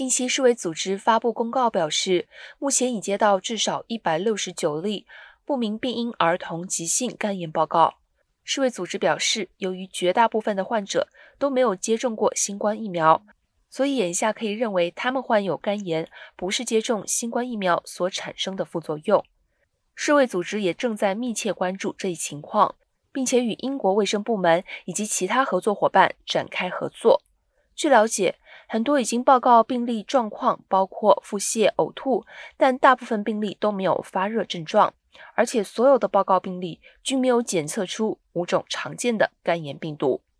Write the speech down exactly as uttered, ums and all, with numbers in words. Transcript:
近期世卫组织发布公告表示，目前已接到至少一百六十九例不明病因儿童急性肝炎报告。世卫组织表示，由于绝大部分的患者都没有接种过新冠疫苗，所以眼下可以认为他们患有肝炎不是接种新冠疫苗所产生的副作用。世卫组织也正在密切关注这一情况，并且与英国卫生部门以及其他合作伙伴展开合作。据了解，很多已经报告病例状况包括腹泻、呕吐，但大部分病例都没有发热症状，而且所有的报告病例均没有检测出五种常见的肝炎病毒。